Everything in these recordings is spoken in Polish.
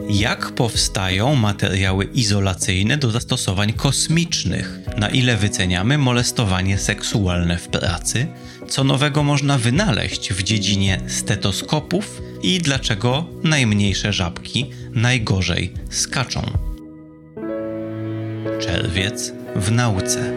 Jak powstają materiały izolacyjne do zastosowań kosmicznych? Na ile wyceniamy molestowanie seksualne w pracy? Co nowego można wynaleźć w dziedzinie stetoskopów? I dlaczego najmniejsze żabki najgorzej skaczą? Czerwiec w nauce.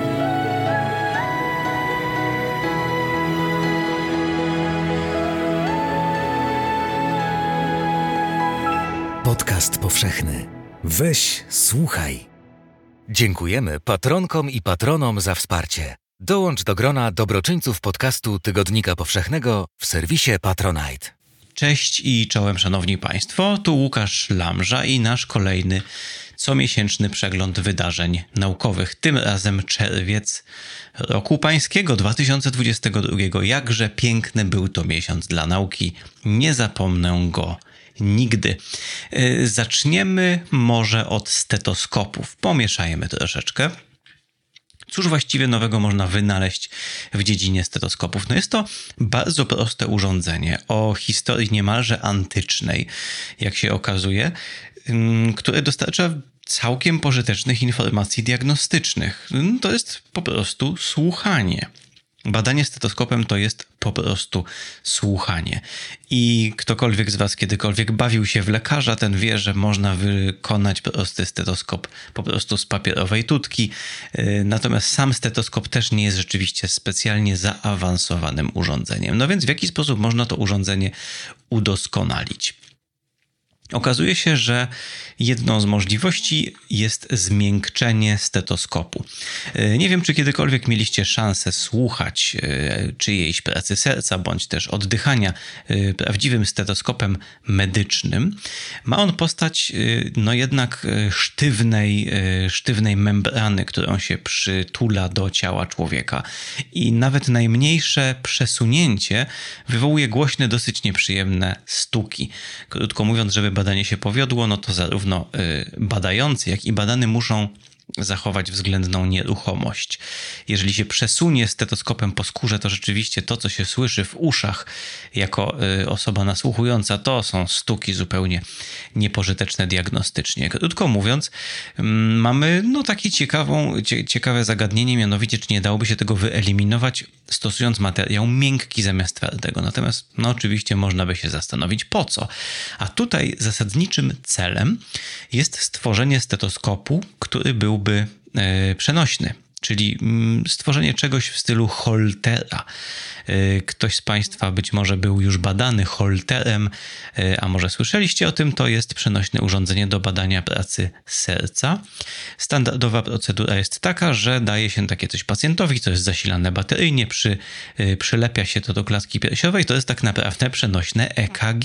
Podcast powszechny. Weź, słuchaj. Dziękujemy patronkom i patronom za wsparcie. Dołącz do grona dobroczyńców podcastu Tygodnika Powszechnego w serwisie Patronite. Cześć i czołem, szanowni państwo, tu Łukasz Lamża i nasz kolejny comiesięczny przegląd wydarzeń naukowych. Tym razem czerwiec roku pańskiego 2022. Jakże piękny był to miesiąc dla nauki. Nie zapomnę go nigdy. Zaczniemy może od stetoskopów. Pomieszajmy troszeczkę. Cóż właściwie nowego można wynaleźć w dziedzinie stetoskopów? No jest to bardzo proste urządzenie o historii niemalże antycznej, jak się okazuje, które dostarcza całkiem pożytecznych informacji diagnostycznych. To jest po prostu słuchanie. Badanie stetoskopem to jest po prostu słuchanie. I ktokolwiek z was kiedykolwiek bawił się w lekarza, ten wie, że można wykonać prosty stetoskop po prostu z papierowej tutki. Natomiast sam stetoskop też nie jest rzeczywiście specjalnie zaawansowanym urządzeniem. No więc w jaki sposób można to urządzenie udoskonalić? Okazuje się, że jedną z możliwości jest zmiękczenie stetoskopu. Nie wiem, czy kiedykolwiek mieliście szansę słuchać czyjejś pracy serca, bądź też oddychania prawdziwym stetoskopem medycznym. Ma on postać jednak sztywnej membrany, którą się przytula do ciała człowieka. I nawet najmniejsze przesunięcie wywołuje głośne, dosyć nieprzyjemne stuki. Krótko mówiąc, żeby badanie się powiodło, no to zarówno badający, jak i badany muszą zachować względną nieruchomość. Jeżeli się przesunie stetoskopem po skórze, to rzeczywiście to, co się słyszy w uszach jako osoba nasłuchująca, to są stuki zupełnie niepożyteczne diagnostycznie. Krótko mówiąc, mamy takie ciekawe zagadnienie, mianowicie czy nie dałoby się tego wyeliminować, stosując materiał miękki zamiast twardego. Natomiast oczywiście można by się zastanowić po co. A tutaj zasadniczym celem jest stworzenie stetoskopu, który byłby przenośny, czyli stworzenie czegoś w stylu Holtera. Ktoś z państwa być może był już badany Holterem, a może słyszeliście o tym, to jest przenośne urządzenie do badania pracy serca. Standardowa procedura jest taka, że daje się takie coś pacjentowi, co jest zasilane bateryjnie, przylepia się to do klatki piersiowej, to jest tak naprawdę przenośne EKG.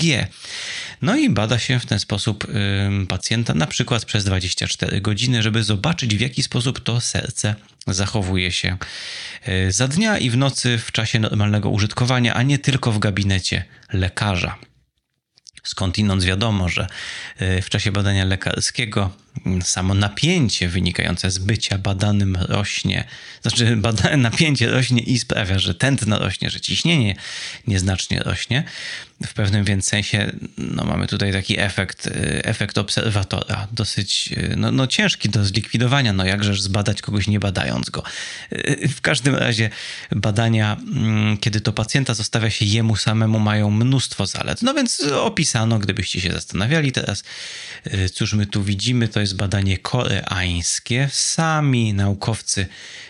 No i bada się w ten sposób pacjenta na przykład przez 24 godziny, żeby zobaczyć, w jaki sposób to serce zachowuje się za dnia i w nocy w czasie normalnego użytkowania, a nie tylko w gabinecie lekarza. Skądinąd wiadomo, że w czasie badania lekarskiego samo napięcie wynikające z bycia badanym rośnie. Znaczy napięcie rośnie i sprawia, że tętno rośnie, że ciśnienie nieznacznie rośnie. W pewnym więc sensie mamy tutaj taki efekt obserwatora, dosyć ciężki do zlikwidowania. Jakżeż zbadać kogoś nie badając go. W każdym razie badania, kiedy to pacjenta zostawia się jemu samemu, mają mnóstwo zalet. Więc opisano, gdybyście się zastanawiali teraz, cóż my tu widzimy, to jest badanie koreańskie. Sami naukowcy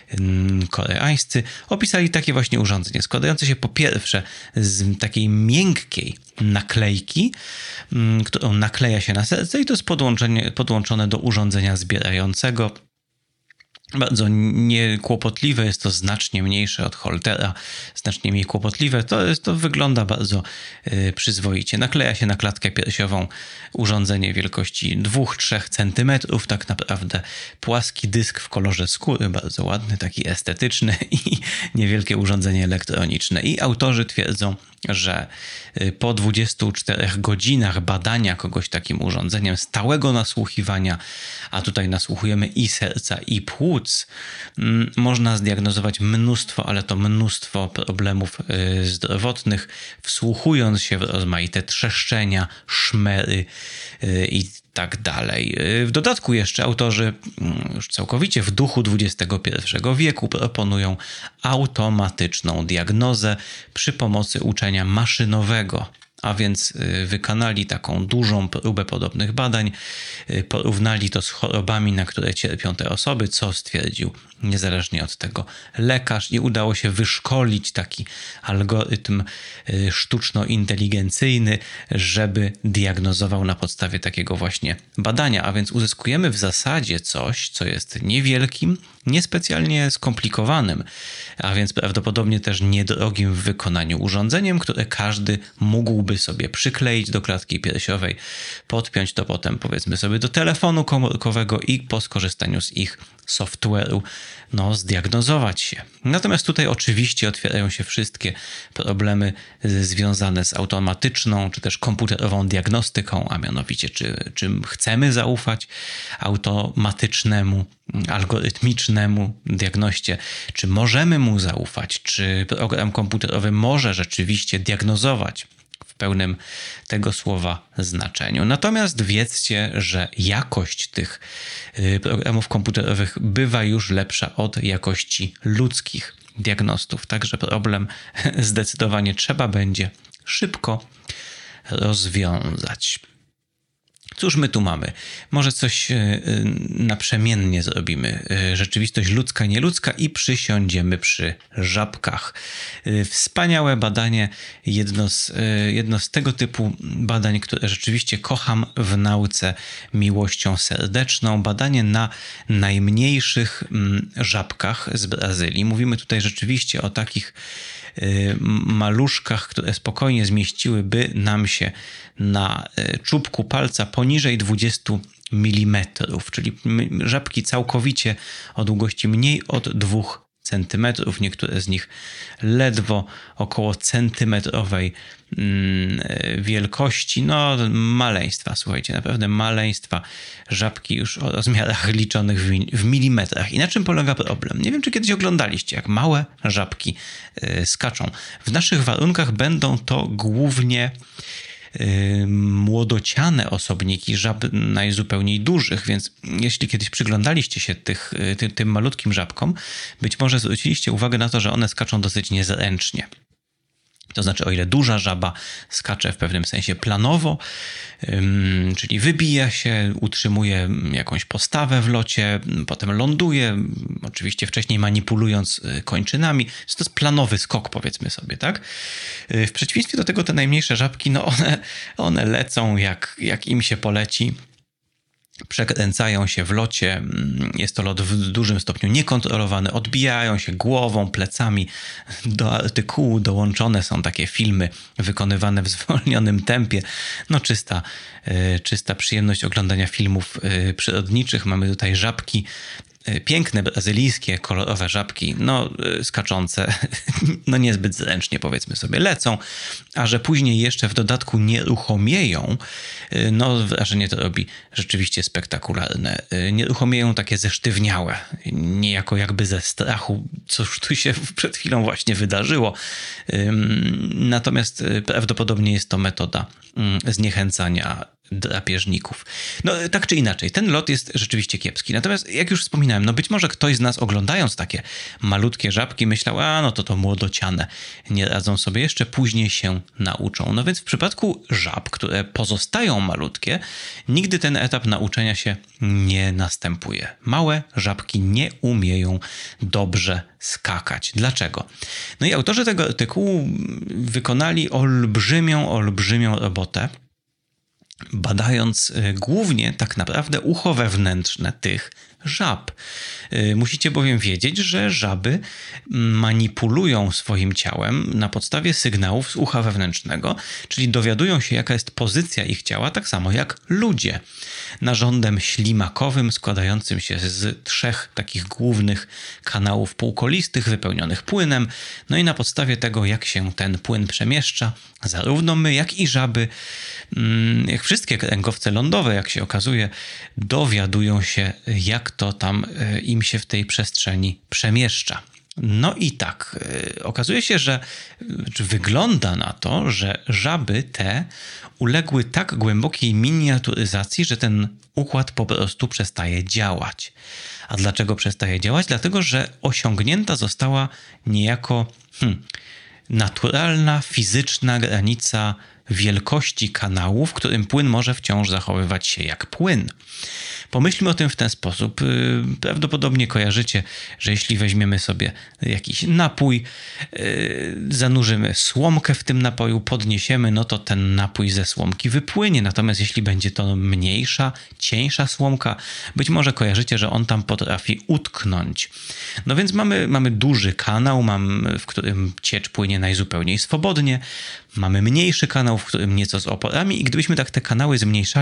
koreańscy opisali takie właśnie urządzenie, składające się po pierwsze z takiej miękkiej naklejki, którą nakleja się na serce i to jest podłączone do urządzenia zbierającego. Bardzo niekłopotliwe, jest to znacznie mniejsze od Holtera, znacznie mniej kłopotliwe. To wygląda bardzo przyzwoicie. Nakleja się na klatkę piersiową urządzenie wielkości 2-3 cm, tak naprawdę płaski dysk w kolorze skóry, bardzo ładny, taki estetyczny i niewielkie urządzenie elektroniczne. I autorzy twierdzą, że po 24 godzinach badania kogoś takim urządzeniem, stałego nasłuchiwania, a tutaj nasłuchujemy i serca, i płuc, płuc można zdiagnozować mnóstwo, ale to mnóstwo problemów zdrowotnych, wsłuchując się w rozmaite trzeszczenia, szmery i tak dalej. W dodatku jeszcze autorzy już całkowicie w duchu XXI wieku proponują automatyczną diagnozę przy pomocy uczenia maszynowego. A więc wykonali taką dużą próbę podobnych badań, porównali to z chorobami, na które cierpią te osoby, co stwierdził niezależnie od tego lekarz i udało się wyszkolić taki algorytm sztuczno-inteligencyjny, żeby diagnozował na podstawie takiego właśnie badania. A więc uzyskujemy w zasadzie coś, co jest niewielkim, niespecjalnie skomplikowanym, a więc prawdopodobnie też niedrogim w wykonaniu urządzeniem, które każdy mógłby sobie przykleić do klatki piersiowej, podpiąć to potem powiedzmy sobie do telefonu komórkowego i po skorzystaniu z ich software'u zdiagnozować się. Natomiast tutaj oczywiście otwierają się wszystkie problemy związane z automatyczną czy też komputerową diagnostyką, a mianowicie czy chcemy zaufać automatycznemu, algorytmicznemu diagnoście, czy możemy mu zaufać, czy program komputerowy może rzeczywiście diagnozować w pełnym tego słowa znaczeniu. Natomiast wiedzcie, że jakość tych programów komputerowych bywa już lepsza od jakości ludzkich diagnostów. Także problem zdecydowanie trzeba będzie szybko rozwiązać. Cóż my tu mamy? Może coś naprzemiennie zrobimy. Rzeczywistość ludzka, nieludzka i przysiądziemy przy żabkach. Wspaniałe badanie, jedno z tego typu badań, które rzeczywiście kocham w nauce miłością serdeczną. Badanie na najmniejszych żabkach z Brazylii. Mówimy tutaj rzeczywiście o takich maluszkach, które spokojnie zmieściłyby nam się na czubku palca poniżej 20 mm, czyli żabki całkowicie o długości mniej od 2 cm, niektóre z nich ledwo około centymetrowej wielkości, maleństwa, słuchajcie, naprawdę maleństwa, żabki już o rozmiarach liczonych w milimetrach. I na czym polega problem? Nie wiem, czy kiedyś oglądaliście, jak małe żabki skaczą. W naszych warunkach będą to głównie młodociane osobniki żab najzupełniej dużych, więc jeśli kiedyś przyglądaliście się tym malutkim żabkom, być może zwróciliście uwagę na to, że one skaczą dosyć niezręcznie. To znaczy, o ile duża żaba skacze w pewnym sensie planowo, czyli wybija się, utrzymuje jakąś postawę w locie, potem ląduje, oczywiście wcześniej manipulując kończynami. To jest planowy skok, powiedzmy sobie, tak? W przeciwieństwie do tego te najmniejsze żabki, one lecą jak im się poleci. Przekręcają się w locie, jest to lot w dużym stopniu niekontrolowany, odbijają się głową, plecami do artykułu, dołączone są takie filmy wykonywane w zwolnionym tempie. Czysta przyjemność oglądania filmów przyrodniczych. Mamy tutaj żabki, piękne, brazylijskie, kolorowe żabki, skaczące, niezbyt zręcznie, powiedzmy sobie, lecą, a że później jeszcze w dodatku nieruchomieją, wrażenie to robi rzeczywiście spektakularne. Nieruchomieją takie zesztywniałe, niejako jakby ze strachu, cóż tu się przed chwilą właśnie wydarzyło. Natomiast prawdopodobnie jest to metoda zniechęcania drapieżników. Tak czy inaczej, ten lot jest rzeczywiście kiepski. Natomiast jak już wspominałem, być może ktoś z nas oglądając takie malutkie żabki myślał, to młodociane, nie radzą sobie, jeszcze później się nauczą. Więc w przypadku żab, które pozostają malutkie, nigdy ten etap nauczenia się nie następuje. Małe żabki nie umieją dobrze skakać. Dlaczego? I autorzy tego artykułu wykonali olbrzymią robotę, badając głównie tak naprawdę ucho wewnętrzne tych żab. Musicie bowiem wiedzieć, że żaby manipulują swoim ciałem na podstawie sygnałów z ucha wewnętrznego, czyli dowiadują się, jaka jest pozycja ich ciała, tak samo jak ludzie. Narządem ślimakowym składającym się z 3 takich głównych kanałów półkolistych wypełnionych płynem. I na podstawie tego, jak się ten płyn przemieszcza, zarówno my, jak i żaby, jak wszystkie kręgowce lądowe, jak się okazuje, dowiadują się, jak to tam im się w tej przestrzeni przemieszcza. No i tak, okazuje się, że wygląda na to, że żaby te uległy tak głębokiej miniaturyzacji, że ten układ po prostu przestaje działać. A dlaczego przestaje działać? Dlatego, że osiągnięta została niejako naturalna, fizyczna granica wielkości kanału, w którym płyn może wciąż zachowywać się jak płyn. Pomyślmy o tym w ten sposób. Prawdopodobnie kojarzycie, że jeśli weźmiemy sobie jakiś napój, zanurzymy słomkę w tym napoju, podniesiemy, no to ten napój ze słomki wypłynie. Natomiast jeśli będzie to mniejsza, cieńsza słomka, być może kojarzycie, że on tam potrafi utknąć. No więc mamy duży kanał, w którym ciecz płynie najzupełniej swobodnie. Mamy mniejszy kanał, w którym nieco z oporami i gdybyśmy tak te kanały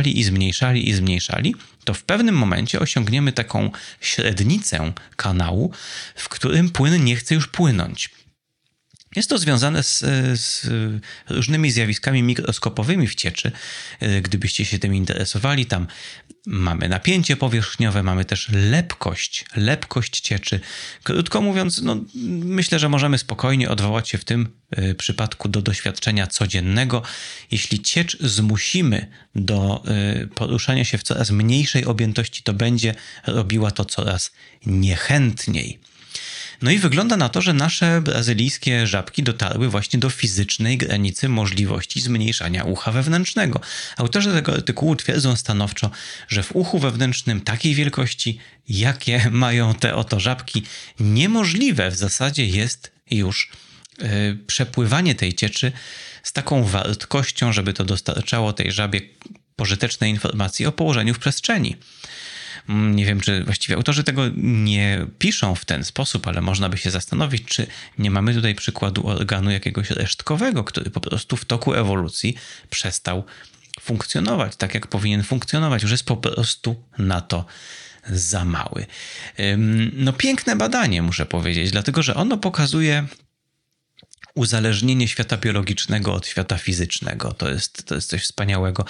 zmniejszali, to w pewnym momencie osiągniemy taką średnicę kanału, w którym płyn nie chce już płynąć. Jest to związane z różnymi zjawiskami mikroskopowymi w cieczy. Gdybyście się tym interesowali, tam mamy napięcie powierzchniowe, mamy też lepkość cieczy. Krótko mówiąc, myślę, że możemy spokojnie odwołać się w tym przypadku do doświadczenia codziennego. Jeśli ciecz zmusimy do poruszania się w coraz mniejszej objętości, to będzie robiła to coraz niechętniej. No i wygląda na to, że nasze brazylijskie żabki dotarły właśnie do fizycznej granicy możliwości zmniejszania ucha wewnętrznego. Autorzy tego artykułu twierdzą stanowczo, że w uchu wewnętrznym takiej wielkości, jakie mają te oto żabki, niemożliwe w zasadzie jest już przepływanie tej cieczy z taką wartością, żeby to dostarczało tej żabie pożyteczne informacje o położeniu w przestrzeni. Nie wiem, czy właściwie autorzy tego nie piszą w ten sposób, ale można by się zastanowić, czy nie mamy tutaj przykładu organu jakiegoś resztkowego, który po prostu w toku ewolucji przestał funkcjonować tak, jak powinien funkcjonować. Już jest po prostu na to za mały. Piękne badanie, muszę powiedzieć, dlatego że ono pokazuje uzależnienie świata biologicznego od świata fizycznego. To jest coś wspaniałego.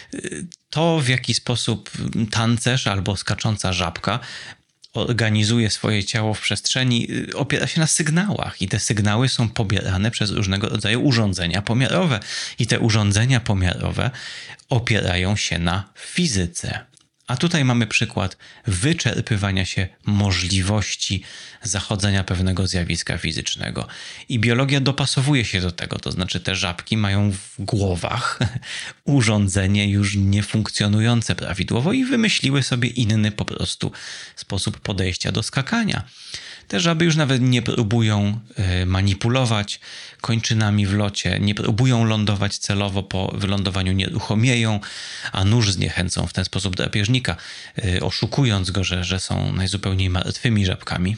To, w jaki sposób tancerz albo skacząca żabka organizuje swoje ciało w przestrzeni, opiera się na sygnałach i te sygnały są pobierane przez różnego rodzaju urządzenia pomiarowe i te urządzenia pomiarowe opierają się na fizyce. A tutaj mamy przykład wyczerpywania się możliwości zachodzenia pewnego zjawiska fizycznego. I biologia dopasowuje się do tego, to znaczy te żabki mają w głowach urządzenie już niefunkcjonujące prawidłowo i wymyśliły sobie inny po prostu sposób podejścia do skakania. Te żaby już nawet nie próbują manipulować kończynami w locie, nie próbują lądować celowo, po wylądowaniu nieruchomieją, a nóż zniechęcą w ten sposób drapieżnika, oszukując go, że są najzupełniej martwymi żabkami.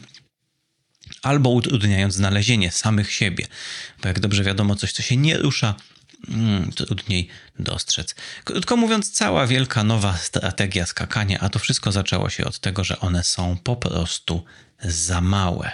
Albo utrudniając znalezienie samych siebie, bo jak dobrze wiadomo, coś, co się nie rusza, trudniej dostrzec. Krótko mówiąc, cała wielka nowa strategia skakania, a to wszystko zaczęło się od tego, że one są po prostu za małe.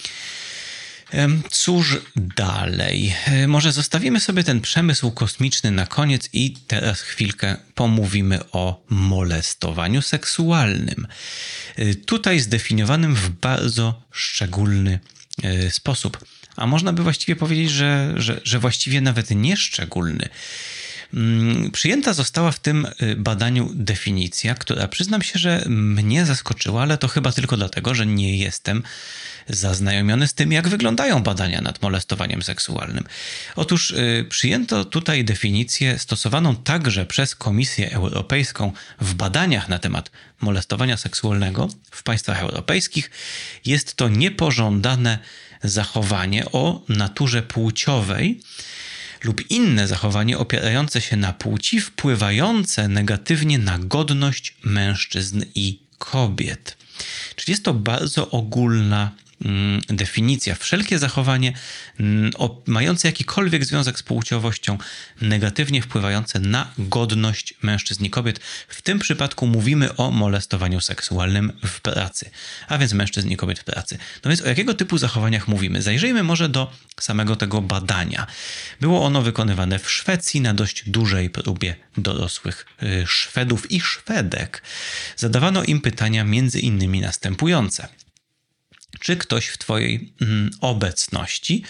Cóż dalej? Może zostawimy sobie ten przemysł kosmiczny na koniec i teraz chwilkę pomówimy o molestowaniu seksualnym. Tutaj zdefiniowanym w bardzo szczególny sposób. A można by właściwie powiedzieć, że właściwie nawet nieszczególny. Przyjęta została w tym badaniu definicja, która przyznam się, że mnie zaskoczyła, ale to chyba tylko dlatego, że nie jestem zaznajomiony z tym, jak wyglądają badania nad molestowaniem seksualnym. Otóż przyjęto tutaj definicję stosowaną także przez Komisję Europejską w badaniach na temat molestowania seksualnego w państwach europejskich. Jest to niepożądane zachowanie o naturze płciowej lub inne zachowanie opierające się na płci, wpływające negatywnie na godność mężczyzn i kobiet. Czyli jest to bardzo ogólna definicja. Wszelkie zachowanie mające jakikolwiek związek z płciowością, negatywnie wpływające na godność mężczyzn i kobiet. W tym przypadku mówimy o molestowaniu seksualnym w pracy, a więc mężczyzn i kobiet w pracy. No więc o jakiego typu zachowaniach mówimy? Zajrzyjmy może do samego tego badania. Było ono wykonywane w Szwecji na dość dużej próbie dorosłych Szwedów i Szwedek. Zadawano im pytania między innymi następujące. Czy ktoś w twojej obecności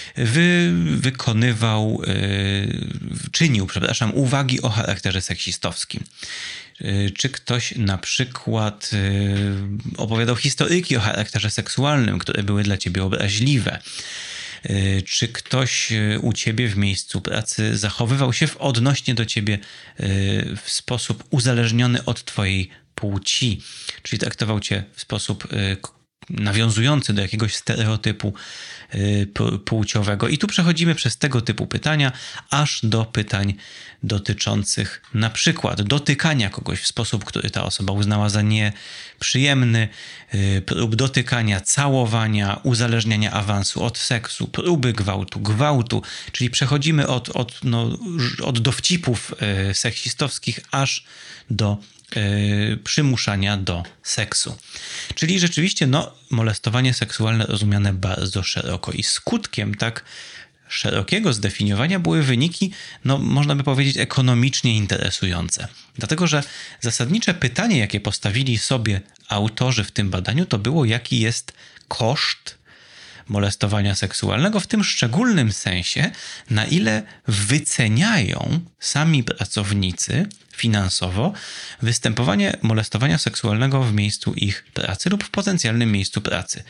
czynił uwagi o charakterze seksistowskim? Czy ktoś na przykład opowiadał historyjki o charakterze seksualnym, które były dla ciebie obraźliwe? Czy ktoś u ciebie w miejscu pracy zachowywał się odnośnie do ciebie w sposób uzależniony od twojej płci? Czyli traktował cię w sposób nawiązujący do jakiegoś stereotypu płciowego. I tu przechodzimy przez tego typu pytania, aż do pytań dotyczących na przykład dotykania kogoś w sposób, który ta osoba uznała za nieprzyjemny, prób dotykania, całowania, uzależniania awansu od seksu, próby gwałtu, czyli przechodzimy od dowcipów seksistowskich aż do przymuszania do seksu. Czyli rzeczywiście molestowanie seksualne rozumiane bardzo szeroko i skutkiem tak szerokiego zdefiniowania były wyniki, można by powiedzieć, ekonomicznie interesujące. Dlatego, że zasadnicze pytanie, jakie postawili sobie autorzy w tym badaniu, to było, jaki jest koszt molestowania seksualnego, w tym szczególnym sensie, na ile wyceniają sami pracownicy finansowo występowanie molestowania seksualnego w miejscu ich pracy lub w potencjalnym miejscu pracy.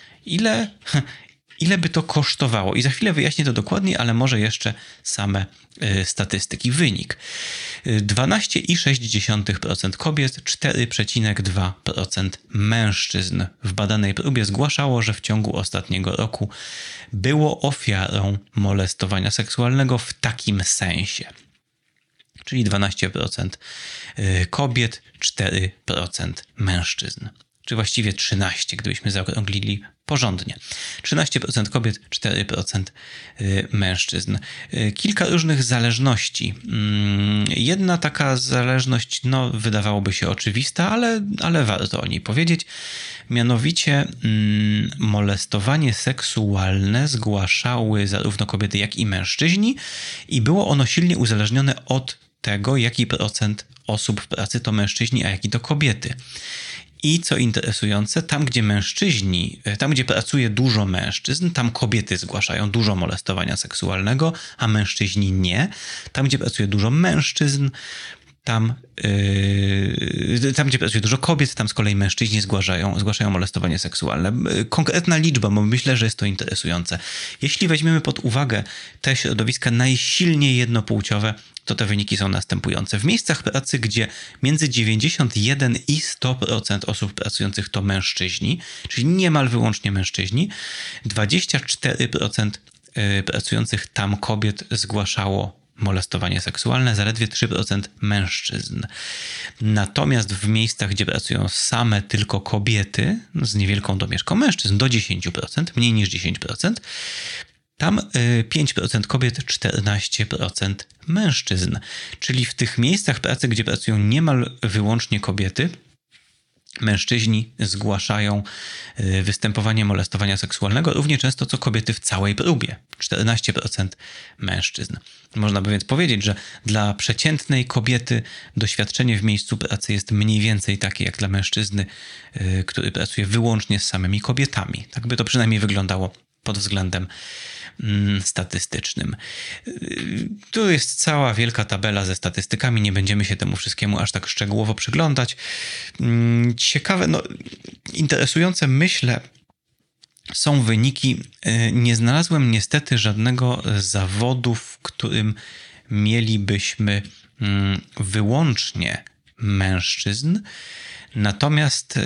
Ile by to kosztowało? I za chwilę wyjaśnię to dokładniej, ale może jeszcze same statystyki. Wynik. 12,6% kobiet, 4,2% mężczyzn w badanej próbie zgłaszało, że w ciągu ostatniego roku było ofiarą molestowania seksualnego w takim sensie. Czyli 12% kobiet, 4% mężczyzn. Czy właściwie 13%, gdybyśmy zaokrąglili porządnie. 13% kobiet, 4% mężczyzn. Kilka różnych zależności. Jedna taka zależność, wydawałoby się oczywista, ale warto o niej powiedzieć. Mianowicie molestowanie seksualne zgłaszały zarówno kobiety, jak i mężczyźni i było ono silnie uzależnione od tego, jaki procent osób w pracy to mężczyźni, a jaki to kobiety. I co interesujące, tam gdzie pracuje dużo mężczyzn, tam kobiety zgłaszają dużo molestowania seksualnego, a mężczyźni nie. Tam, gdzie pracuje dużo mężczyzn, tam gdzie pracuje dużo kobiet, tam z kolei mężczyźni zgłaszają molestowanie seksualne. Konkretna liczba, bo myślę, że jest to interesujące. Jeśli weźmiemy pod uwagę te środowiska najsilniej jednopłciowe, to te wyniki są następujące. W miejscach pracy, gdzie między 91 i 100% osób pracujących to mężczyźni, czyli niemal wyłącznie mężczyźni, 24% pracujących tam kobiet zgłaszało molestowanie seksualne, zaledwie 3% mężczyzn. Natomiast w miejscach, gdzie pracują same tylko kobiety, z niewielką domieszką mężczyzn, do 10%, mniej niż 10%, tam 5% kobiet, 14% mężczyzn. Czyli w tych miejscach pracy, gdzie pracują niemal wyłącznie kobiety, mężczyźni zgłaszają występowanie molestowania seksualnego równie często co kobiety w całej próbie. 14% mężczyzn. Można by więc powiedzieć, że dla przeciętnej kobiety doświadczenie w miejscu pracy jest mniej więcej takie jak dla mężczyzny, który pracuje wyłącznie z samymi kobietami. Tak by to przynajmniej wyglądało pod względem statystycznym. Tu jest cała wielka tabela ze statystykami, nie będziemy się temu wszystkiemu aż tak szczegółowo przyglądać. Ciekawe, interesujące, myślę, są wyniki. Nie znalazłem niestety żadnego zawodu, w którym mielibyśmy wyłącznie mężczyzn. Natomiast,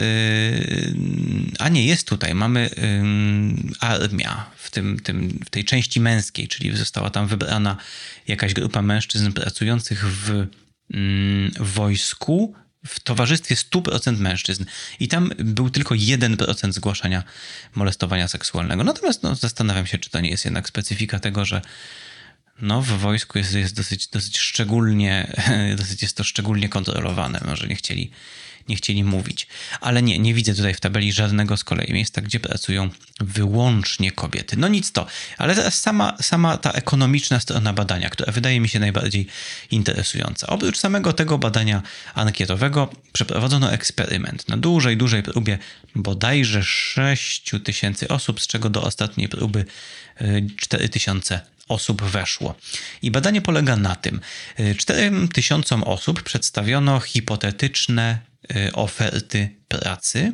jest tutaj, mamy armia w tej części męskiej, czyli została tam wybrana jakaś grupa mężczyzn pracujących w wojsku w towarzystwie 100% mężczyzn i tam był tylko 1% zgłaszania molestowania seksualnego. Natomiast zastanawiam się, czy to nie jest jednak specyfika tego, że w wojsku jest dosyć szczególnie, dosyć jest to szczególnie kontrolowane. Może nie chcieli mówić. Ale nie widzę tutaj w tabeli żadnego z kolei miejsca, gdzie pracują wyłącznie kobiety. No nic to. Ale teraz sama ta ekonomiczna strona badania, która wydaje mi się najbardziej interesująca. Oprócz samego tego badania ankietowego przeprowadzono eksperyment na dużej próbie bodajże 6 000 osób, z czego do ostatniej próby 4 000 osób weszło. I badanie polega na tym. 4 000 osób przedstawiono hipotetyczne oferty pracy,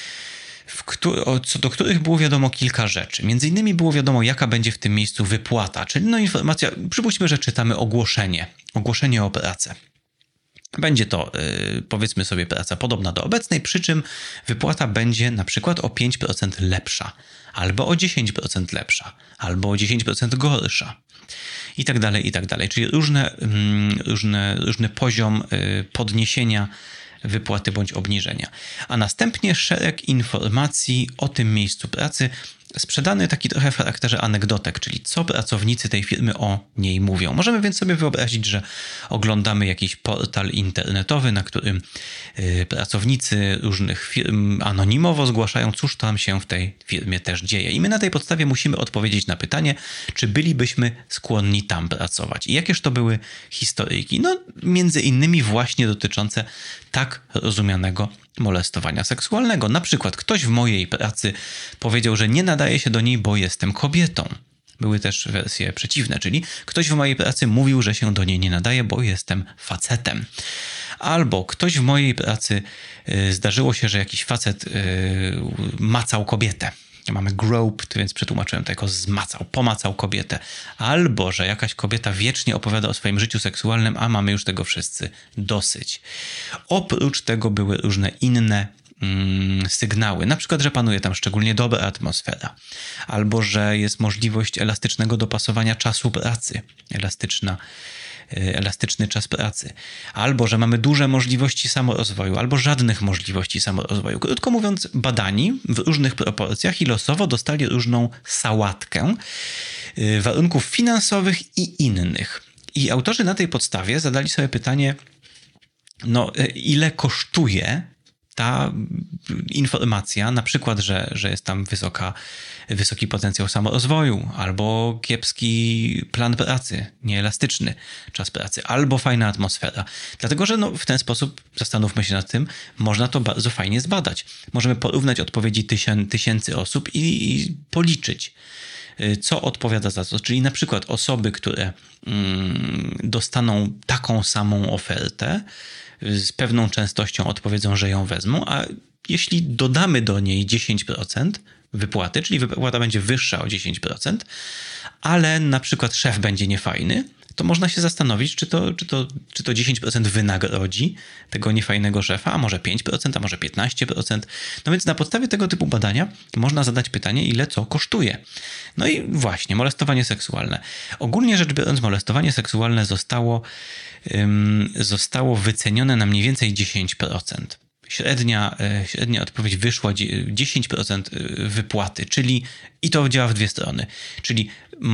co do których było wiadomo kilka rzeczy. Między innymi było wiadomo, jaka będzie w tym miejscu wypłata, czyli informacja, przypuśćmy, że czytamy ogłoszenie o pracę. Będzie to, powiedzmy sobie, praca podobna do obecnej, przy czym wypłata będzie na przykład o 5% lepsza, albo o 10% lepsza, albo o 10% gorsza. I tak dalej. Czyli różny poziom podniesienia wypłaty bądź obniżenia. A następnie szereg informacji o tym miejscu pracy, sprzedany taki trochę w charakterze anegdotek, czyli co pracownicy tej firmy o niej mówią. Możemy więc sobie wyobrazić, że oglądamy jakiś portal internetowy, na którym pracownicy różnych firm anonimowo zgłaszają, cóż tam się w tej firmie też dzieje. I my na tej podstawie musimy odpowiedzieć na pytanie, czy bylibyśmy skłonni tam pracować. I jakież to były historyjki? Między innymi właśnie dotyczące tak rozumianego molestowania seksualnego. Na przykład ktoś w mojej pracy powiedział, że nie nadaje się do niej, bo jestem kobietą. Były też wersje przeciwne, czyli ktoś w mojej pracy mówił, że się do niej nie nadaje, bo jestem facetem. Albo ktoś w mojej pracy zdarzyło się, że jakiś facet macał kobietę. Mamy groped, więc przetłumaczyłem to jako pomacał kobietę. Albo, że jakaś kobieta wiecznie opowiada o swoim życiu seksualnym, a mamy już tego wszyscy dosyć. Oprócz tego były różne inne sygnały. Na przykład, że panuje tam szczególnie dobra atmosfera. Albo, że jest możliwość elastycznego dopasowania czasu pracy. Elastyczny czas pracy. Albo, że mamy duże możliwości samorozwoju, albo żadnych możliwości samorozwoju. Krótko mówiąc, badani w różnych proporcjach i losowo dostali różną sałatkę warunków finansowych i innych. I autorzy na tej podstawie zadali sobie pytanie, ile kosztuje ta informacja, na przykład, że jest tam wysoki potencjał samorozwoju, albo kiepski plan pracy, nieelastyczny czas pracy, albo fajna atmosfera. Dlatego, że w ten sposób, zastanówmy się nad tym, można to bardzo fajnie zbadać. Możemy porównać odpowiedzi tysięcy osób i policzyć, co odpowiada za co. Czyli na przykład osoby, które dostaną taką samą ofertę, z pewną częstością odpowiedzą, że ją wezmą, a jeśli dodamy do niej 10% wypłaty, czyli wypłata będzie wyższa o 10%, ale na przykład szef będzie niefajny, to można się zastanowić, czy to 10% wynagrodzi tego niefajnego szefa, a może 5%, a może 15%. Więc na podstawie tego typu badania można zadać pytanie, ile co kosztuje. I właśnie, molestowanie seksualne. Ogólnie rzecz biorąc, molestowanie seksualne zostało wycenione na mniej więcej 10%. Średnia odpowiedź wyszła 10% wypłaty, czyli i to działa w dwie strony. Czyli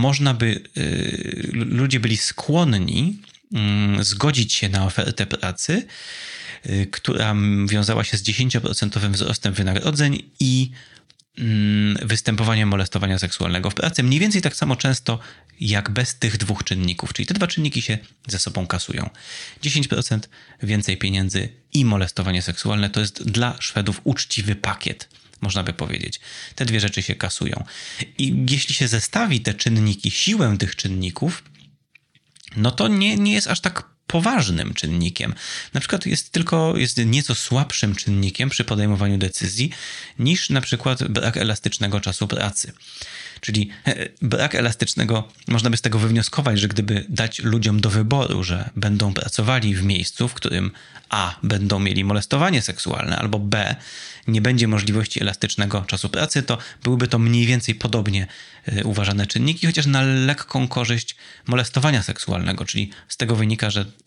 ludzie byli skłonni zgodzić się na ofertę pracy, która wiązała się z 10% wzrostem wynagrodzeń i występowaniem molestowania seksualnego w pracy. Mniej więcej tak samo często jak bez tych dwóch czynników. Czyli te dwa czynniki się ze sobą kasują. 10% więcej pieniędzy i molestowanie seksualne to jest dla Szwedów uczciwy pakiet, można by powiedzieć. Te dwie rzeczy się kasują. I jeśli się zestawi te czynniki, siłę tych czynników, to nie jest aż tak poważnym czynnikiem. Na przykład jest nieco słabszym czynnikiem przy podejmowaniu decyzji niż na przykład brak elastycznego czasu pracy. Czyli brak elastycznego, można by z tego wywnioskować, że gdyby dać ludziom do wyboru, że będą pracowali w miejscu, w którym A, będą mieli molestowanie seksualne, albo B, nie będzie możliwości elastycznego czasu pracy, to byłyby to mniej więcej podobnie uważane czynniki, chociaż na lekką korzyść molestowania seksualnego, czyli z tego wynika, że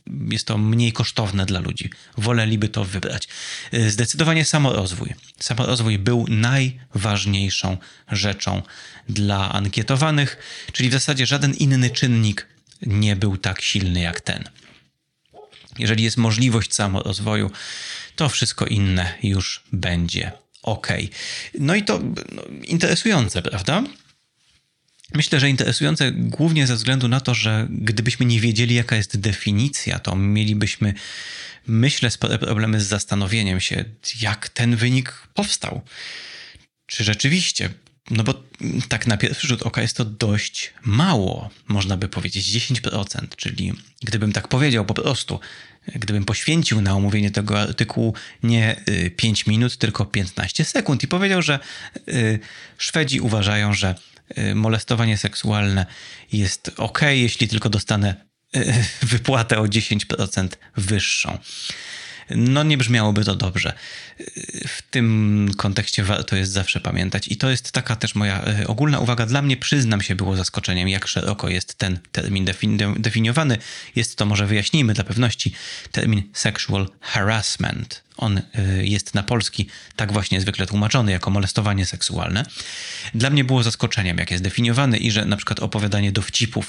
jest to mniej kosztowne dla ludzi. Woleliby to wybrać. Zdecydowanie samorozwój. Samorozwój był najważniejszą rzeczą dla ankietowanych, czyli w zasadzie żaden inny czynnik nie był tak silny jak ten. Jeżeli jest możliwość samorozwoju, to wszystko inne już będzie ok. No i to interesujące, prawda? Myślę, że interesujące głównie ze względu na to, że gdybyśmy nie wiedzieli, jaka jest definicja, to mielibyśmy, myślę, spore problemy z zastanowieniem się, jak ten wynik powstał. Czy rzeczywiście? No bo tak na pierwszy rzut oka jest to dość mało, można by powiedzieć 10%, czyli gdybym tak powiedział po prostu, gdybym poświęcił na omówienie tego artykułu nie 5 minut, tylko 15 sekund i powiedział, że Szwedzi uważają, że molestowanie seksualne jest ok, jeśli tylko dostanę wypłatę o 10% wyższą. No nie brzmiałoby to dobrze. W tym kontekście warto jest zawsze pamiętać. I to jest taka też moja ogólna uwaga. Dla mnie, przyznam się, było zaskoczeniem, jak szeroko jest ten termin definiowany. Jest to, może wyjaśnijmy dla pewności, termin sexual harassment. On jest na polski tak właśnie zwykle tłumaczony jako molestowanie seksualne. Dla mnie było zaskoczeniem, jak jest definiowany i że na przykład opowiadanie dowcipów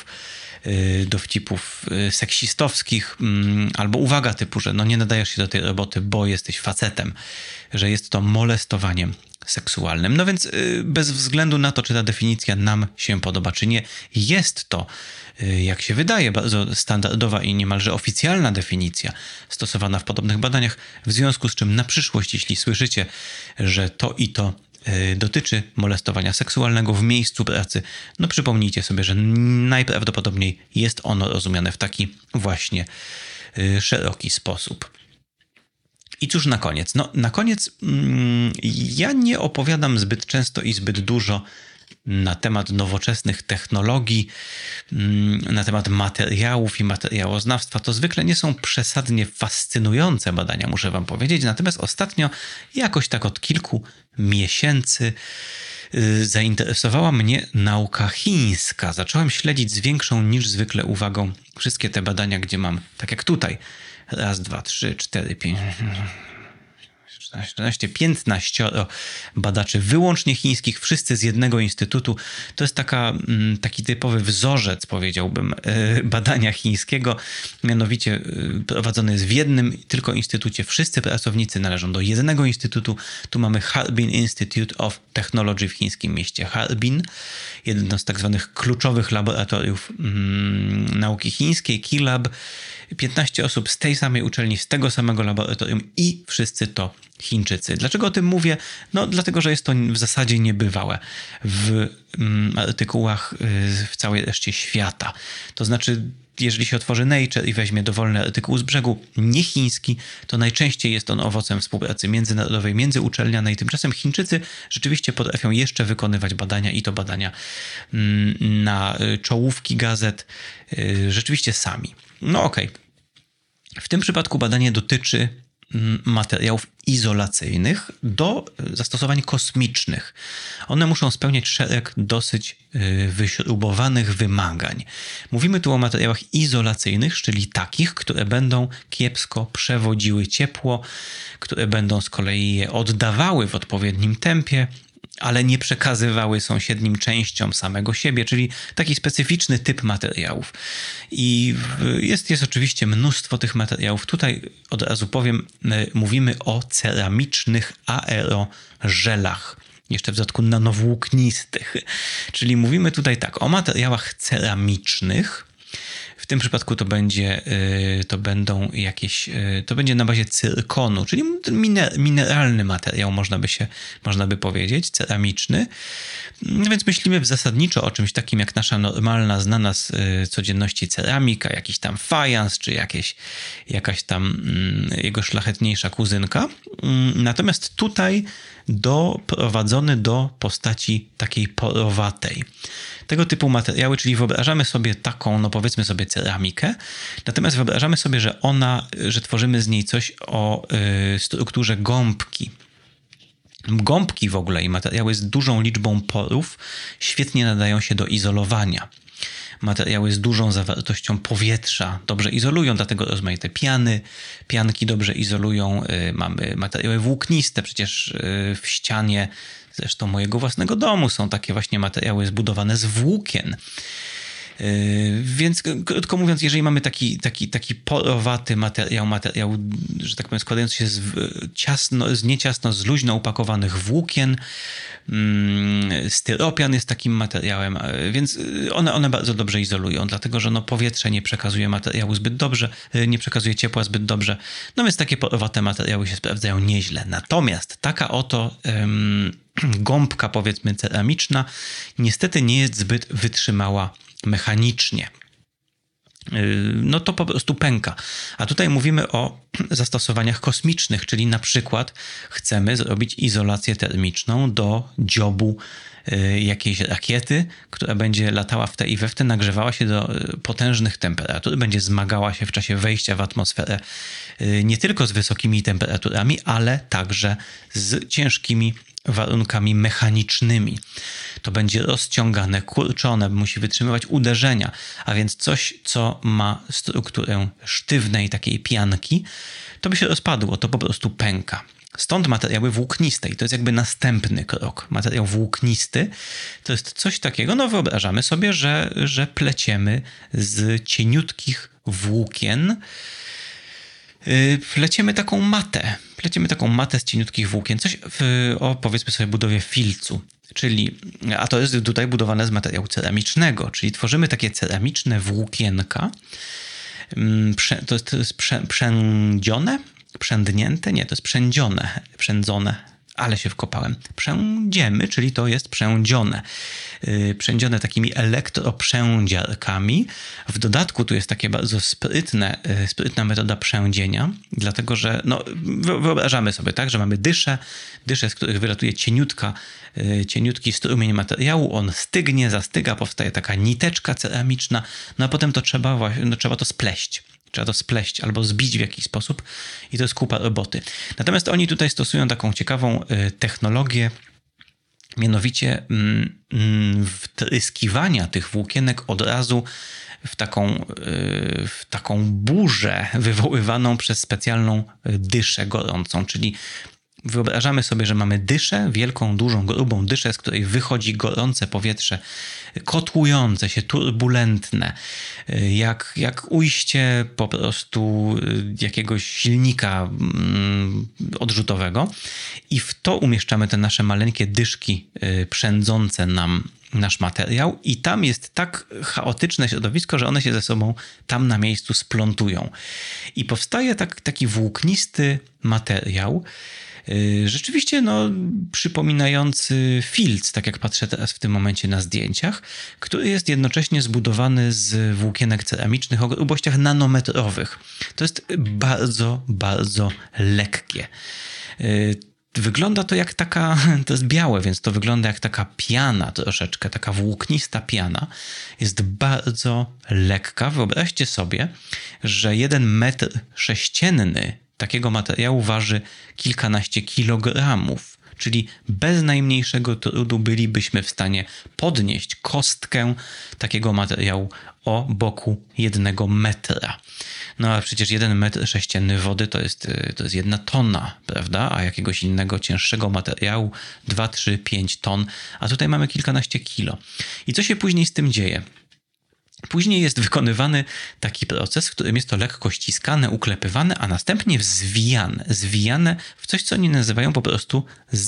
seksistowskich albo uwaga typu, że no nie nadajesz się do tej roboty, bo jesteś facetem, że jest to molestowaniem seksualnym. No więc bez względu na to, czy ta definicja nam się podoba, czy nie, jest to, jak się wydaje, bardzo standardowa i niemalże oficjalna definicja stosowana w podobnych badaniach, w związku z czym na przyszłość, jeśli słyszycie, że to i to dotyczy molestowania seksualnego w miejscu pracy, no przypomnijcie sobie, że najprawdopodobniej jest ono rozumiane w taki właśnie szeroki sposób. I cóż na koniec? No na koniec ja nie opowiadam zbyt często i zbyt dużo na temat nowoczesnych technologii, na temat materiałów i materiałoznawstwa. To zwykle nie są przesadnie fascynujące badania, muszę wam powiedzieć. Natomiast ostatnio, jakoś tak od kilku miesięcy, zainteresowała mnie nauka chińska. Zacząłem śledzić z większą niż zwykle uwagą wszystkie te badania, gdzie mam, tak jak tutaj, 1, 2, 3, 4, 5... 14, 15 badaczy wyłącznie chińskich, wszyscy z jednego instytutu. To jest taki typowy wzorzec, powiedziałbym, badania chińskiego. Mianowicie prowadzony jest w jednym tylko instytucie. Wszyscy pracownicy należą do jednego instytutu. Tu mamy Harbin Institute of Technology w chińskim mieście Harbin. Jedno z tak zwanych kluczowych laboratoriów nauki chińskiej, Qilab. 15 osób z tej samej uczelni, z tego samego laboratorium i wszyscy to Chińczycy. Dlaczego o tym mówię? No dlatego, że jest to w zasadzie niebywałe w artykułach w całej reszcie świata. To znaczy, jeżeli się otworzy Nature i weźmie dowolny artykuł z brzegu niechiński, to najczęściej jest on owocem współpracy międzynarodowej, międzyuczelnianej. Tymczasem Chińczycy rzeczywiście potrafią jeszcze wykonywać badania i to badania na czołówki gazet rzeczywiście sami. No okej. W tym przypadku badanie dotyczy materiałów izolacyjnych do zastosowań kosmicznych. One muszą spełniać szereg dosyć wyśrubowanych wymagań. Mówimy tu o materiałach izolacyjnych, czyli takich, które będą kiepsko przewodziły ciepło, które będą z kolei je oddawały w odpowiednim tempie, ale nie przekazywały sąsiednim częściom samego siebie, czyli taki specyficzny typ materiałów. I jest oczywiście mnóstwo tych materiałów. Tutaj od razu powiem, mówimy o ceramicznych aerożelach. Jeszcze w dodatku nanowłóknistych. Czyli mówimy tutaj tak o materiałach ceramicznych. W tym przypadku to będzie na bazie cyrkonu, czyli mineralny materiał, można by powiedzieć, ceramiczny. No więc myślimy zasadniczo o czymś takim jak nasza normalna, znana z codzienności ceramika, jakiś tam fajans, czy jakaś tam jego szlachetniejsza kuzynka. Natomiast tutaj doprowadzony do postaci takiej porowatej. Tego typu materiały, czyli wyobrażamy sobie taką, no powiedzmy sobie ceramikę, natomiast wyobrażamy sobie, że tworzymy z niej coś o strukturze gąbki. Gąbki w ogóle i materiały z dużą liczbą porów świetnie nadają się do izolowania. materiały z dużą zawartością powietrza dobrze izolują, dlatego rozmaite pianki dobrze izolują. Mamy materiały włókniste, przecież w ścianie zresztą mojego własnego domu są takie właśnie materiały zbudowane z włókien. Więc krótko mówiąc, jeżeli mamy taki porowaty materiał, że tak powiem, składający się z nieciasno, z luźno upakowanych włókien, styropian jest takim materiałem, więc one bardzo dobrze izolują, dlatego że powietrze nie przekazuje materiału zbyt dobrze, nie przekazuje ciepła zbyt dobrze, więc takie porowate materiały się sprawdzają nieźle. Natomiast taka oto gąbka, powiedzmy, ceramiczna niestety nie jest zbyt wytrzymała mechanicznie. To po prostu pęka. A tutaj mówimy o zastosowaniach kosmicznych, czyli na przykład chcemy zrobić izolację termiczną do dziobu jakiejś rakiety, która będzie latała w te i we w te, nagrzewała się do potężnych temperatur, będzie zmagała się w czasie wejścia w atmosferę nie tylko z wysokimi temperaturami, ale także z ciężkimi warunkami mechanicznymi. To będzie rozciągane, kurczone, musi wytrzymywać uderzenia, a więc coś, co ma strukturę sztywnej takiej pianki, to by się rozpadło, to po prostu pęka. Stąd materiały włókniste i to jest jakby następny krok. Materiał włóknisty to jest coś takiego, wyobrażamy sobie, że pleciemy z cieniutkich włókien, pleciemy taką matę z cieniutkich włókien, coś o, powiedzmy sobie, budowie filcu. A to jest tutaj budowane z materiału ceramicznego, czyli tworzymy takie ceramiczne włókienka, to jest przędzione? Przędnięte? Nie, to jest przędzone, ale się wkopałem. Przędziemy, czyli to jest przędzione. Przędzione takimi elektroprzędziarkami. W dodatku tu jest takie bardzo sprytna metoda przędzienia, dlatego że wyobrażamy sobie, tak, że mamy dysze, z których wylatuje cieniutki strumień materiału, on zastyga, powstaje taka niteczka ceramiczna, a potem to trzeba to spleść. Trzeba to spleść albo zbić w jakiś sposób i to jest kupa roboty. Natomiast oni tutaj stosują taką ciekawą technologię, mianowicie wtryskiwania tych włókienek od razu w taką burzę wywoływaną przez specjalną dyszę gorącą, czyli wyobrażamy sobie, że mamy dyszę, wielką, dużą, grubą dyszę, z której wychodzi gorące powietrze, kotłujące się, turbulentne, jak ujście po prostu jakiegoś silnika odrzutowego i w to umieszczamy te nasze maleńkie dyszki przędzące nam nasz materiał i tam jest tak chaotyczne środowisko, że one się ze sobą tam na miejscu splątują. I powstaje taki włóknisty materiał, rzeczywiście przypominający filc, tak jak patrzę teraz w tym momencie na zdjęciach, który jest jednocześnie zbudowany z włókienek ceramicznych o grubościach nanometrowych. To jest bardzo, bardzo lekkie. Wygląda to jak to jest białe, więc to wygląda jak taka piana troszeczkę, taka włóknista piana. Jest bardzo lekka. Wyobraźcie sobie, że 1 metr sześcienny takiego materiału waży kilkanaście kilogramów, czyli bez najmniejszego trudu bylibyśmy w stanie podnieść kostkę takiego materiału o boku 1 metra. A przecież 1 metr sześcienny wody to jest 1 tona, prawda? A jakiegoś innego, cięższego materiału 2, 3, 5 ton, a tutaj mamy kilkanaście kilo. I co się później z tym dzieje? Później jest wykonywany taki proces, w którym jest to lekko ściskane, uklepywane, a następnie zwijane w coś, co oni nazywają po prostu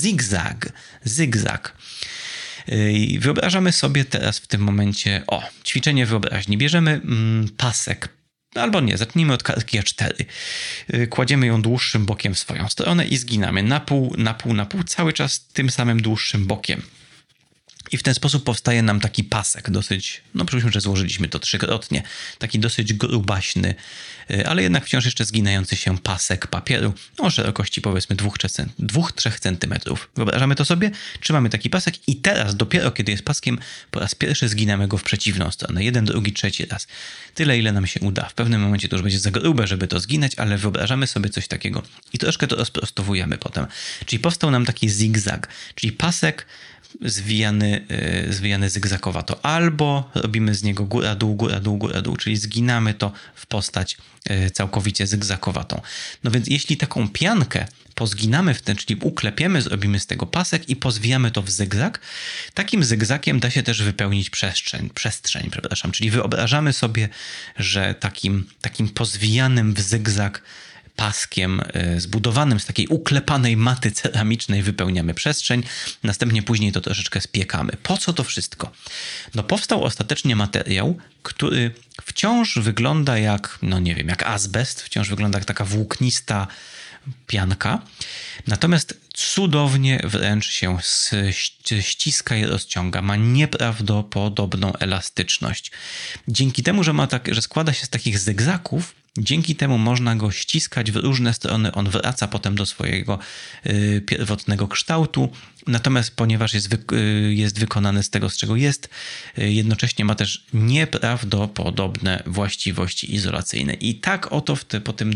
zygzak. Wyobrażamy sobie teraz w tym momencie, ćwiczenie wyobraźni. Bierzemy pasek, albo nie, zacznijmy od kartki A4. Kładziemy ją dłuższym bokiem w swoją stronę i zginamy na pół, cały czas tym samym dłuższym bokiem. I w ten sposób powstaje nam taki pasek dosyć, przypuśćmy, że złożyliśmy to 3-krotnie, taki dosyć grubaśny, ale jednak wciąż jeszcze zginający się pasek papieru o szerokości powiedzmy 2-3 cm. Wyobrażamy to sobie, trzymamy taki pasek i teraz dopiero kiedy jest paskiem, po raz pierwszy zginamy go w przeciwną stronę. 1, 2, 3 raz. Tyle, ile nam się uda. W pewnym momencie to już będzie za grube, żeby to zginać, ale wyobrażamy sobie coś takiego i troszkę to rozprostowujemy potem. Czyli powstał nam taki zigzag, czyli pasek zwijany zygzakowato. Albo robimy z niego góra, dół, góra, dół, góra, dół, czyli zginamy to w postać całkowicie zygzakowatą. No więc jeśli taką piankę pozginamy w ten, czyli uklepiemy, zrobimy z tego pasek i pozwijamy to w zygzak, takim zygzakiem da się też wypełnić przestrzeń, czyli wyobrażamy sobie, że takim pozwijanym w zygzak paskiem zbudowanym z takiej uklepanej maty ceramicznej wypełniamy przestrzeń, następnie później to troszeczkę spiekamy. Po co to wszystko? No powstał ostatecznie materiał, który wciąż wygląda jak, jak azbest, wciąż wygląda jak taka włóknista pianka, natomiast cudownie wręcz się ściska i rozciąga, ma nieprawdopodobną elastyczność. Dzięki temu, że składa się z takich zygzaków, dzięki temu można go ściskać w różne strony, on wraca potem do swojego pierwotnego kształtu, natomiast ponieważ jest wykonany z tego, z czego jest, jednocześnie ma też nieprawdopodobne właściwości izolacyjne. I tak oto po tym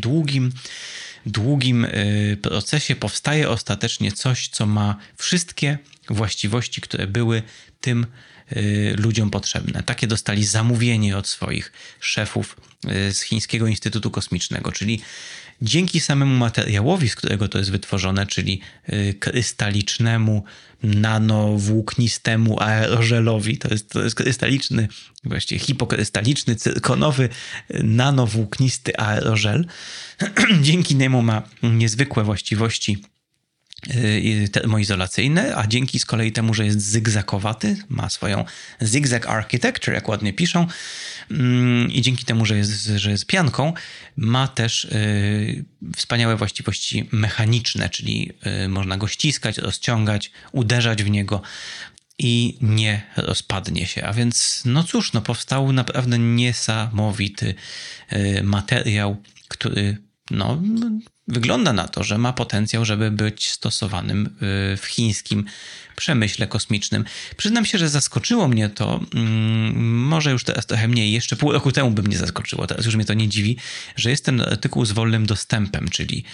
długim procesie powstaje ostatecznie coś, co ma wszystkie właściwości, które były tym ludziom potrzebne. Takie dostali zamówienie od swoich szefów z Chińskiego Instytutu Kosmicznego, czyli dzięki samemu materiałowi, z którego to jest wytworzone, czyli krystalicznemu, nanowłóknistemu aerożelowi, to jest krystaliczny, właściwie hipokrystaliczny, cyrkonowy, nanowłóknisty aerożel. Dzięki niemu ma niezwykłe właściwości termoizolacyjne, a dzięki z kolei temu, że jest zygzakowaty, ma swoją zigzag architecture, jak ładnie piszą, i dzięki temu, że jest pianką, ma też wspaniałe właściwości mechaniczne, czyli można go ściskać, rozciągać, uderzać w niego i nie rozpadnie się. A więc, powstał naprawdę niesamowity materiał, który wygląda na to, że ma potencjał, żeby być stosowanym w chińskim przemyśle kosmicznym. Przyznam się, że zaskoczyło mnie to, może już teraz trochę mniej, jeszcze pół roku temu by mnie zaskoczyło, teraz już mnie to nie dziwi, że jest ten artykuł z wolnym dostępem,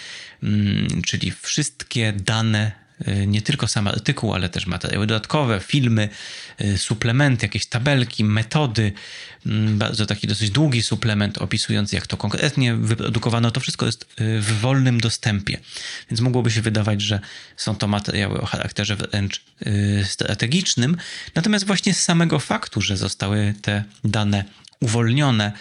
czyli wszystkie dane, nie tylko sam artykuł, ale też materiały dodatkowe, filmy, suplementy, jakieś tabelki, metody, bardzo taki dosyć długi suplement opisujący, jak to konkretnie wyprodukowano. To wszystko jest w wolnym dostępie, więc mogłoby się wydawać, że są to materiały o charakterze wręcz strategicznym. Natomiast właśnie z samego faktu, że zostały te dane uwolnione,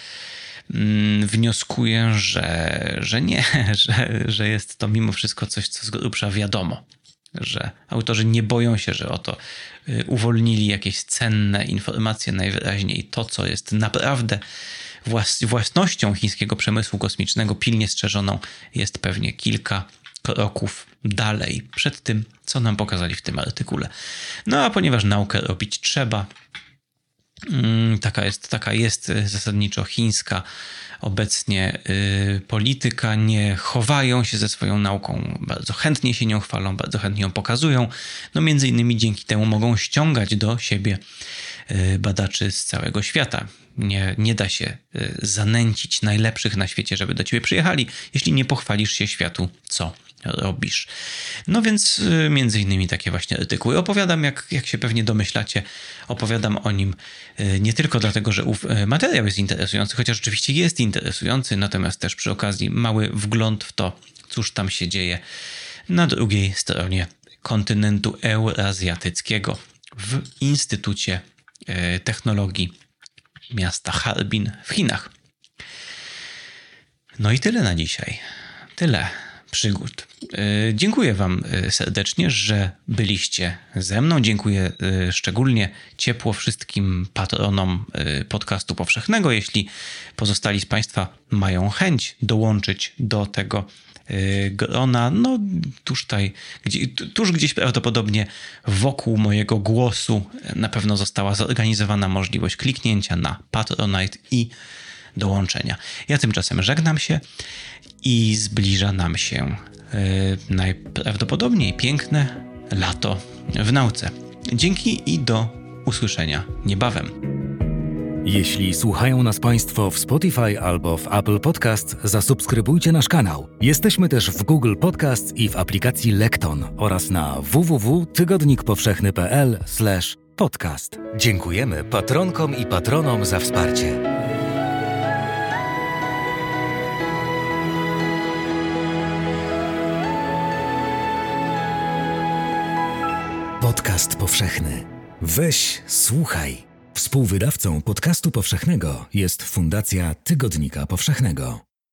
wnioskuję, że nie, że jest to mimo wszystko coś, co z grubsza wiadomo. Że autorzy nie boją się, że oto uwolnili jakieś cenne informacje, najwyraźniej to, co jest naprawdę własnością chińskiego przemysłu kosmicznego, pilnie strzeżoną, jest pewnie kilka kroków dalej przed tym, co nam pokazali w tym artykule. No a ponieważ naukę robić trzeba, taka jest zasadniczo chińska obecnie polityka, nie chowają się ze swoją nauką, bardzo chętnie się nią chwalą, bardzo chętnie ją pokazują. Między innymi dzięki temu mogą ściągać do siebie badaczy z całego świata. Nie da się zanęcić najlepszych na świecie, żeby do ciebie przyjechali, jeśli nie pochwalisz się światu, co robisz. Więc między innymi takie właśnie artykuły opowiadam, jak się pewnie domyślacie, opowiadam o nim nie tylko dlatego, że ów materiał jest interesujący, chociaż oczywiście jest interesujący, natomiast też przy okazji mały wgląd w to, cóż tam się dzieje na drugiej stronie kontynentu eurazjatyckiego w Instytucie Technologii miasta Harbin w Chinach. I tyle na dzisiaj. Tyle przygód. Dziękuję wam serdecznie, że byliście ze mną. Dziękuję szczególnie ciepło wszystkim patronom podcastu powszechnego. Jeśli pozostali z państwa mają chęć dołączyć do tego grona, tuż gdzieś prawdopodobnie wokół mojego głosu na pewno została zorganizowana możliwość kliknięcia na Patronite i dołączenia. Ja tymczasem żegnam się i zbliża nam się najprawdopodobniej piękne lato w nauce. Dzięki i do usłyszenia niebawem. Jeśli słuchają nas Państwo w Spotify albo w Apple Podcast, zasubskrybujcie nasz kanał. Jesteśmy też w Google Podcast i w aplikacji Lekton oraz na www.tygodnikpowszechny.pl/podcast. Dziękujemy patronkom i patronom za wsparcie. Podcast powszechny. Weź, słuchaj. Współwydawcą Podcastu Powszechnego jest Fundacja Tygodnika Powszechnego.